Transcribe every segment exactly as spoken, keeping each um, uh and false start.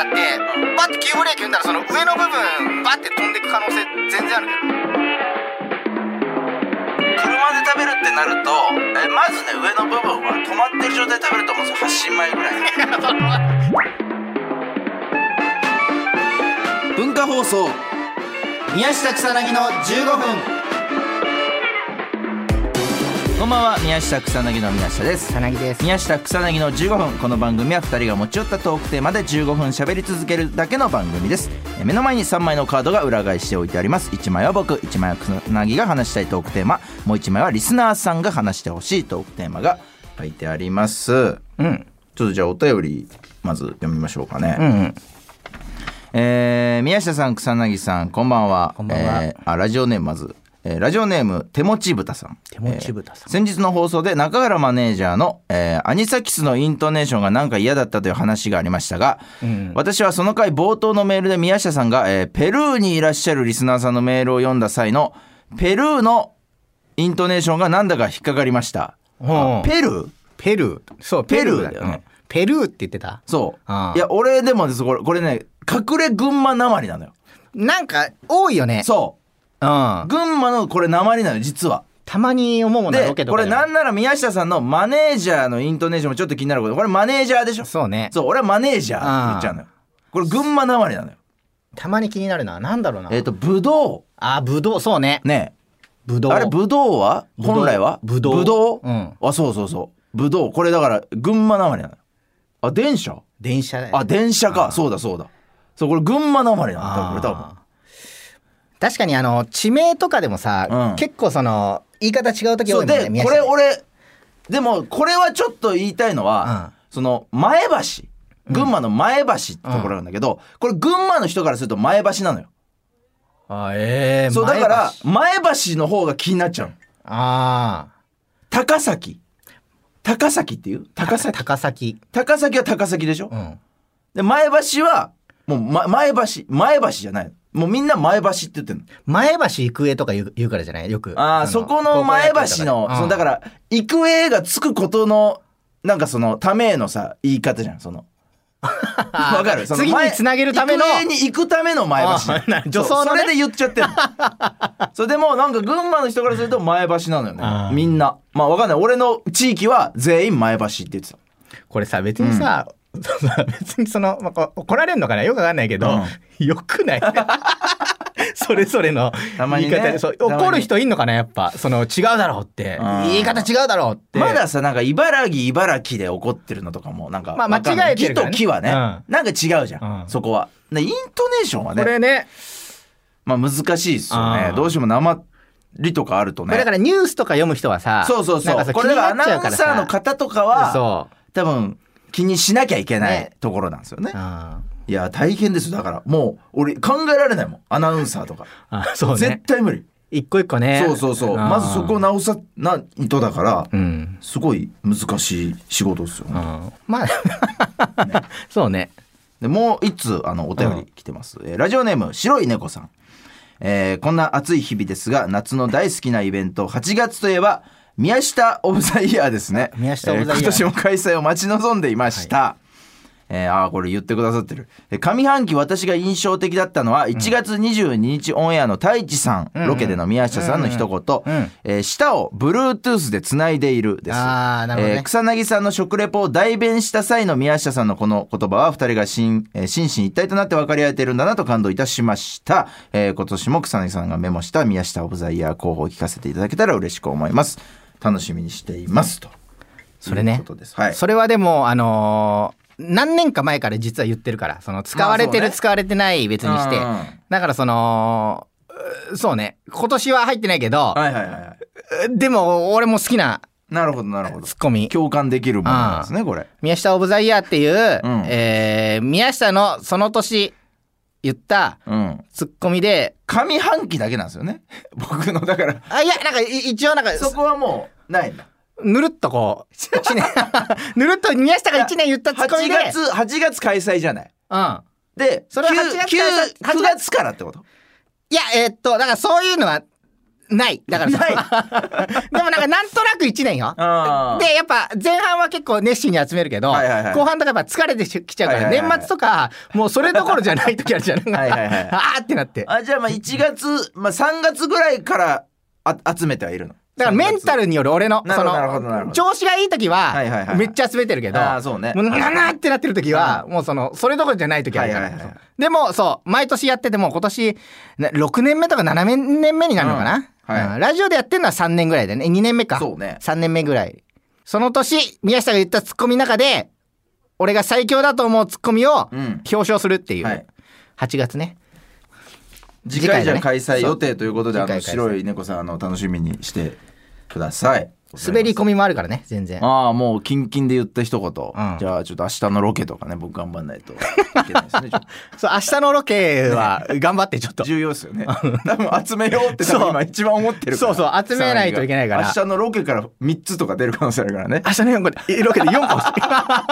車ってバッて急ブレーキ踏んだらその上の部分バッて飛んでいく可能性全然あるけど、 車で食べるってなるとえまずね上の部分は止まってる状態で食べると思うんですよ。発進前ぐらい文化放送宮下草薙のじゅうごふん。こんばんは、宮下草薙の宮下です。 草薙です。 宮下草薙のじゅうごふん。この番組はふたりが持ち寄ったトークテーマでじゅうごふん喋り続けるだけの番組です。目の前にさんまいのカードが裏返しておいてあります。いちまいは僕、いちまいは草薙が話したいトークテーマ、もういちまいはリスナーさんが話してほしいトークテーマが書いてあります。うん。ちょっとじゃあお便りまず読みましょうかね。うん、うん。えー、宮下さん、草薙さん、こんばんは。 こんばんは。 えー、あ、ラジオネームまず。えー、ラジオネーム手持ち豚さん。 手持ち豚さん、 えー、先日の放送で中原マネージャーの、えー、アニサキスのイントネーションがなんか嫌だったという話がありましたが、うん、私はその回冒頭のメールで宮下さんが、えー、ペルーにいらっしゃるリスナーさんのメールを読んだ際のペルーのイントネーションがなんだか引っかかりました。 うん、 ペルーペルーそうペルーだよね、うん、 ペルーって言ってた。 そう、いや俺でもですこれ、これね隠れ群馬なまりなのよ。 なんか多いよね。 そう、うん、群馬のこれなまりなのよ実は。 たまに思うもんなロケとかでこれなんなら宮下さんのマネージャーのイントネーションもちょっと気になること、これマネージャーでしょ。 そうね。 そう俺はマネージャーって言っちゃうのよ。これ群馬なまりなのよ。 たまに気になるな。なんだろうな。 えっ、ー、とブドウ。 あブドウ。そうね。 ねブドウ。 あれブドウは本来はブドウ。 ブドウ、 うん、 あそうそうそうブドウ。これだから群馬なまりなのよ。あ電車電車だよ。 あ電車か。そうだそうだそうこれ群馬なまりなのこれ多分。 確かにあの地名とかでもさ、うん、結構その言い方違う時多いもんね。 でこれ俺でもこれはちょっと言いたいのは、うん、その前橋群馬の前橋ってところなんだけど、うん、これ群馬の人からすると前橋なのよ。 あえー、 そうだから前橋の方が気になっちゃう。あ高崎高崎っていう高崎高崎高崎は高崎でしょ、うん、で前橋はもう、ま、前橋前橋じゃない。もうみんな前橋って言ってんの。 前橋育英とか言う、言うからじゃないよく。 ああそこの前橋の、うん、そのだから育英がつくことのなんかそのためのさ言い方じゃん。そのわかる。その次につなげるための育英に行くための前橋。 女装の、ね、 それで言っちゃってるそれでもなんか群馬の人からすると前橋なのよね。みんなまあわかんない。俺の地域は全員前橋って言ってた。 これさ別にさ、うん別にその、まあ、怒られるのかなよくわかんないけど、うん、よくないそれぞれの言い方で、ね、そう怒る人いんのかなやっぱその違うだろうって言い方違うだろうってまださなんか茨城茨城で怒ってるのとかもなんか、 まあ、間違えてるからね。 義と木はね、うん、なんか違うじゃん、うん、そこはイントネーションはねこれねまあ難しいっすよね。どうしても生りとかあるとね。 だからニュースとか読む人はさそうそうそうこれだからアナウンサーの方とかはそう多分気にしなきゃいけないところなんですよね。いや大変ですよ。だからもう俺考えられないもんアナウンサーとか。あそうね、絶対無理。 一個一個ね。 そうそうそうまずそこを直さないとだから、うん、すごい難しい仕事ですよね。 まあ、ね、そうね。 でもう一通あのお便り来てます、うん、ラジオネーム白い猫さん、えー、こんな暑い日々ですが夏の大好きなイベントはちがつといえば宮下オブザイヤーですね。 宮下オブザイヤー、 えー、今年も開催を待ち望んでいました、はい。えー、あこれ言ってくださってる。上半期私が印象的だったのはいちがつにじゅうににちオンエアの太一さん、うん、ロケでの宮下さんの一言、うんえー、舌を Bluetooth でつないでいるです。 あなるほどね。 えー、草薙さんの食レポを代弁した際の宮下さんのこの言葉はふたりが心、えー、心身一体となって分かり合えているんだなと感動いたしました。えー、今年も草薙さんがメモした宮下オブザイヤー候補を聞かせていただけたら嬉しく思います。楽しみにしていますと。 それね、はい、それはでもあのー、何年か前から実は言ってるからその使われてる、まあね、使われてない別にしてだからそのそうね今年は入ってないけど、はいはいはいはい、でも俺も好きななるほどなるほどツッコミ共感できるものなんですねこれ。 宮下オブザイヤーっていう、うんえー、宮下のその年言ったツッコミで、 うん、上半期だけなんですよね僕のだからあいやなんか一応なんかそこはもうないんだぬるっとこういちねんぬるっと宮下がいちねん言ったツッコミではちがつはちがつ開催じゃない、うん、でそれははちがつくがつからってこと。 いやえー、っとだからそういうのはないだからさでもなんかなんとなくいちねんよでやっぱ前半は結構熱心に集めるけど、はいはいはい、後半とかやっぱ疲れてきちゃうから、はいはいはい、年末とかもうそれどころじゃない時あるじゃんはいはい、はい、あーってなってあじゃあまあいちがつ、まあ、さんがつぐらいからあ集めてはいるのだからメンタルによる俺のその調子がいい時はめっちゃ集めてるけど、 あそうね、 もうななってなってる時はもうそのそれどころじゃない時あるから、はいはいはい、でもそう毎年やってても今年ろくねんめとかななねんめになるのかな、うんはいうん、ラジオでやってるのはさんねんぐらいでねにねんめかそう、ね、さんねんめぐらいその年宮下が言ったツッコミの中で俺が最強だと思うツッコミを表彰するっていう、うんはい、はちがつね次回じゃ開催予定ということであの白い猫さんあの楽しみにしてください。 滑り込みもあるからね全然ああもうキンキンで言った一言、うん、じゃあちょっと明日のロケとかね僕頑張んないといけないですねそう明日のロケは頑張ってちょっと重要ですよね多分集めようって多分今一番思ってるからそうそう集めないといけないから明日のロケからみっつとか出る可能性あるからね明日のロケでよんこ欲しい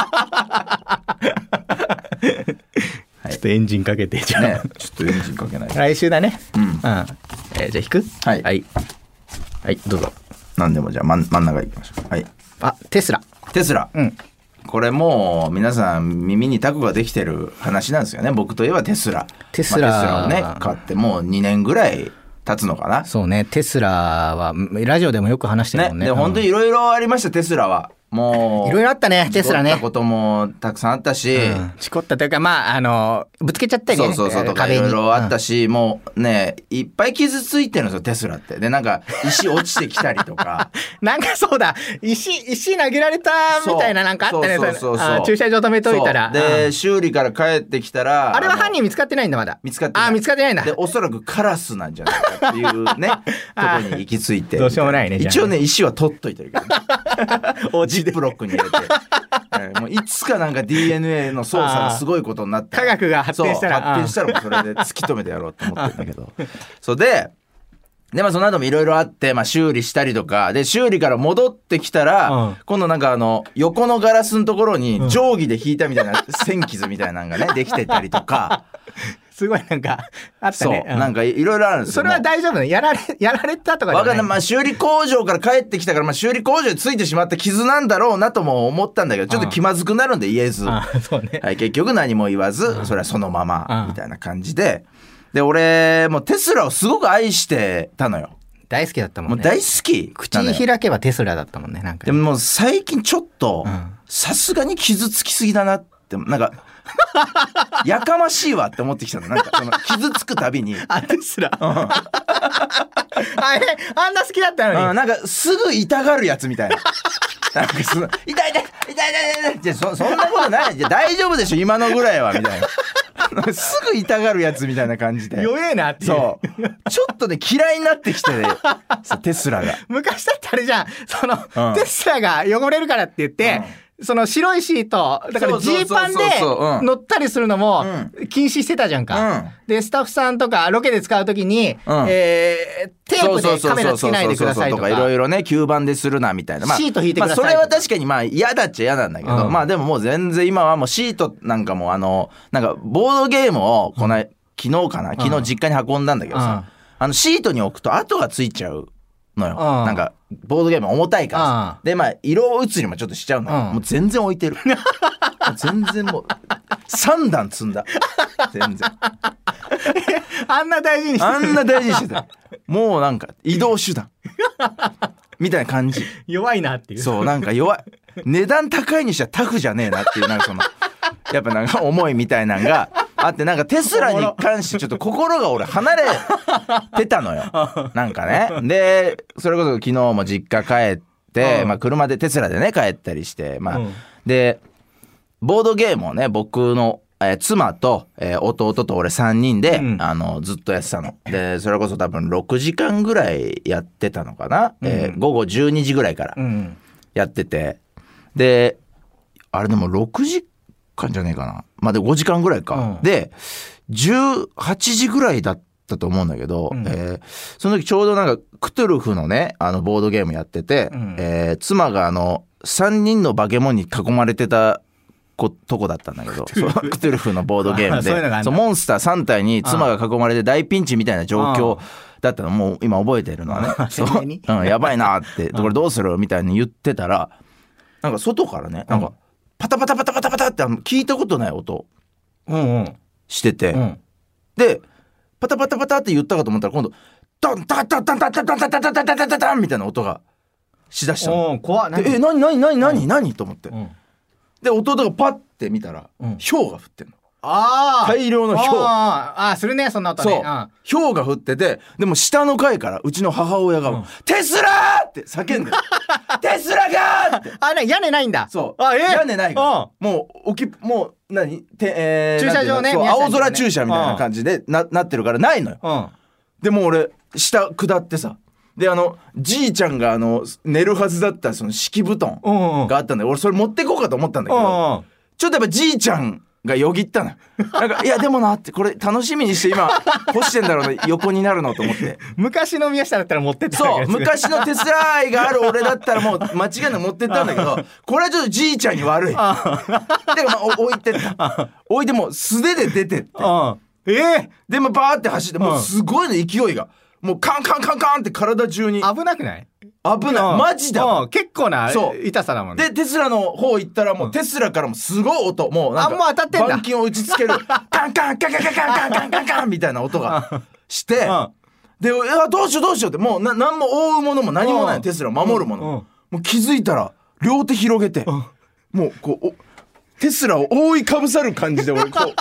ちょっとエンジンかけてじゃあ、ね、 ちょっとエンジンかけない来週だねうん、うんえー、じゃあ引くはいはい、はい、どうぞ何でもじゃあ真ん真ん中行きましょうはいあテスラテスラうんこれもう皆さん耳にタコができてる話なんですよね僕といえばテスラテスラ、 まあ、テスラをね買ってもうにねんぐらい経つのかなそうねテスラはラジオでもよく話してるもんねねで本当にいろいろありましたテスラはもういろいろあったねテスラね事故ったこともたくさんあったし、うん、 事故ったというかまああのぶつけちゃったりねそうそうそうとかいろいろあったし、うん、もうねいっぱい傷ついてるんですよテスラってでなんか石落ちてきたりとかなんかそうだ石石投げられたみたいななんかあったねそうそうそうそう駐車場止めといたらで、うん、修理から帰ってきたらあれは犯人見つかってないんだまだ見つかってないあ見つかってないんだでおそらくカラスなんじゃないかっていうねとこに行き着いてどうしようもないね一応ね石は取っといてるけど、ね、ジップロックに入れてもういつかなんか ディーエヌエー の操作がすごいことになって科学が発展したら発展したらもうそれで突き止めてやろうと思ってるんだけどそうででまあその後もいろいろあって、まあ、修理したりとかで修理から戻ってきたら、うん、今度なんかあの横のガラスのところに定規で引いたみたいな線傷みたいなのがねできてたりとかすごいなんかあったね。 そう、うん、なんかいろいろあるんですよ。 それは大丈夫ね。やられやられたとかじゃない。 わかんない。まあ修理工場から帰ってきたから、まあ修理工場についてしまった傷なんだろうなとも思ったんだけど、ちょっと気まずくなるんで言えず、 ああそうね。 はい、結局何も言わず、それはそのままみたいな感じで、で俺もうテスラをすごく愛してたのよ。 大好きだったもんね。 もう大好き。 口開けばテスラだったもんね。なんか。 でももう最近ちょっとさすがに傷つきすぎだなってなんか。やかましいわって思ってきたの。なんかその傷つくたびにあテスラ、うん、あれあんな好きだったのに、 うん、なんかすぐ痛がるやつみたいな。なんかその痛い痛い痛い痛い痛い痛いって そ, そんなことないじゃ大丈夫でしょ今のぐらいはみたいな。すぐ痛がるやつみたいな感じで弱えなっていう。 そうちょっとね嫌いになってきてねテスラが昔だってあれじゃんその、うん、テスラが汚れるからって言って、うん、その白いシートだからジーパンで乗ったりするのも禁止してたじゃんか、うん、でスタッフさんとかロケで使うときに、うんえー、テープでカメラつけないでくださいとかいろいろね吸盤でするなみたいな、まあ、 シート引いてください、 まあ、それは確かにまあ嫌だっちゃ嫌なんだけど、うん、まあでももう全然今はもうシートなんかもあのなんかボードゲームをこの、うん、昨日かな昨日実家に運んだんだけどさ、うん、あのシートに置くと跡がついちゃうのよ、うん、なんかボードゲーム重たいからさ、うん、でまあ色移りもちょっとしちゃうのよ、うん、もう全然置いてる全然もうさんだん積んだ全然あんな大事にしてあんな大事にしてたもうなんか移動手段みたいな感じ弱いなっていうそうなんか弱い値段高いにしてはタフじゃねえなっていうなんかそのやっぱなんか思いみたいなのがあってなんかテスラに関してちょっと心が俺離れてたのよなんかねでそれこそ昨日も実家帰って、まあ、車でテスラでね帰ったりしてまあ、うん、でボードゲームをね僕の、えー、妻と、えー、弟と俺さんにんで、うん、あのずっとやってたのでそれこそ多分ろくじかんぐらいやってたのかな、うんえー、午後じゅうにじぐらいからやっててであれでもろくじかんじゃねえかなまあでごじかんぐらいか、うん、でじゅうはちじぐらいだったと思うんだけど、うんえー、その時ちょうどなんかクトゥルフのねあのボードゲームやってて、うんえー、妻があのさんにんのバケモンに囲まれてたことこだったんだけどクトゥルフのボードゲームでそうモンスターさん体に妻が囲まれて大ピンチみたいな状況だったらもう今覚えてるのはねそう、うん、やばいなってこれどうするみたいに言ってたらなんか外からねなんかパタパタパタパタパタって聞いたことない音してて、うんうん、でパタパタパタって言ったかと思ったら今度ドンタタタタタタタタタタタタタタンみたいな音がしだしたの。 怖い。 え何何何何何と思って、うん、で弟がパッて見たら、うん、氷が降ってんの。 あ大量の氷ああするねそんな音ね。 そう、氷が降っててでも下の階からうちの母親が、うん、テスラーって叫んでるテスラがーってあれ屋根ないんだ。 そうあ、えー、屋根ないからもう置きもう何て、えー、 駐車場ね青空駐車みたいな感じで な, なってるからないのよ、うん、でもう俺下下ってさであのじいちゃんがあの寝るはずだったその敷布団があったんで、うんうん、俺それ持ってこうかと思ったんだけど、うんうん、ちょっとやっぱじいちゃんがよぎったのなんかいやでもなってこれ楽しみにして今干してんだろうね横になるのと思って昔の宮下だったら持ってったそう昔のテスラ愛がある俺だったらもう間違いなく持ってったんだけどこれはちょっとじいちゃんに悪いだからまあ置いてった置いてもう素手で出てってえー、 でもバーって走ってもうすごいの勢いがもうカンカンカンカンって体中に危なくない危ないマジだ結構な痛さだもんね。 でテスラの方行ったらもうテスラからもすごい音もうなんかあもう当たってんだ板金を打ちつけるカンカンカンカンカンカンカンカンカンみたいな音がしてでいやどうしようどうしようってもうな何も覆うものも何もないテスラを守るものもう気づいたら両手広げてもうこうテスラを覆いかぶさる感じで俺こう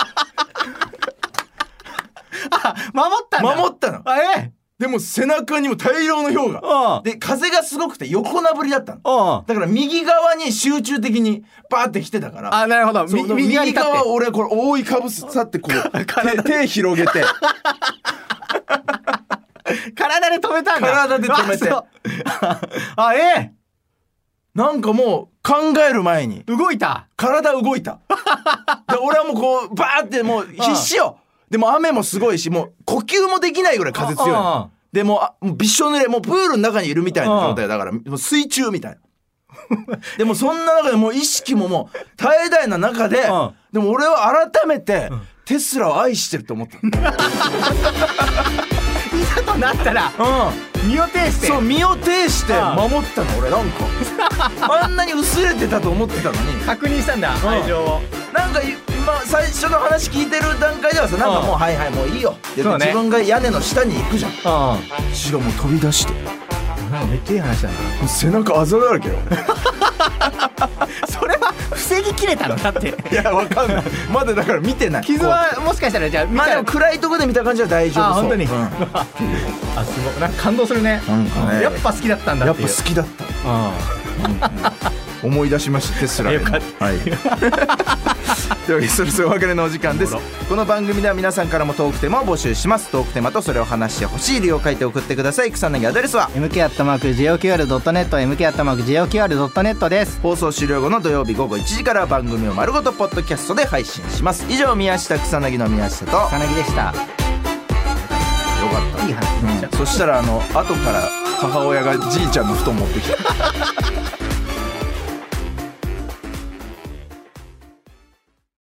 守ったんだ守ったのあえでも背中にも大量の氷がで風がすごくて横なぶりだったのだから右側に集中的にバーって来てたからあなるほど右側に立って右側俺これ覆いかぶさってこう手, 手広げて体で止めたんだ体で止めてあええなんかもう考える前に動いた体動いたで俺はもうこうバーってもう必死よでも雨もすごいしもう呼吸もできないぐらい風強いでもうあもうびっしょ濡れもうプールの中にいるみたいな状態だからもう水中みたいなでもそんな中でもう意識ももう絶え絶えな中ででも俺は改めてテスラを愛してると思ったいざとなったら、うん、身を挺してそう身を挺して守ったの俺なんかあんなに薄れてたと思ってたのに確認したんだ愛情をなんか今最初の話聞いてる段階ではさなんかもうはいはいもういいよって言って自分が屋根の下に行くじゃん血がもう飛び出してめっちゃいい話だな背中あざだらけよそれは防ぎきれたのだっていやわかんないまだだから見てない傷はもしかしたらじゃあまあでも暗いとこで見た感じは大丈夫そうあ本当に、うん、あすごいなんか感動するねなんかねやっぱ好きだったんだっていうやっぱ好きだったうん、思い出しましたテスラよかった、 はいというわけでそろそろお別れのお時間です。この番組では皆さんからもトークテーマを募集します。トークテーマとそれを話してほしい理由を書いて送ってください。草薙アドレスはエムケー アットマーク ジェーオーキューアール ドットネット エムケー アットマーク ジェーオーキューアール ドットネット です。 放送終了後の土曜日午後いちじから番組を丸ごとポッドキャストで配信します。以上宮下草薙の宮下と草薙でした。よかったいい話、うん、そしたらあの後から母親がじいちゃんの布団持ってきた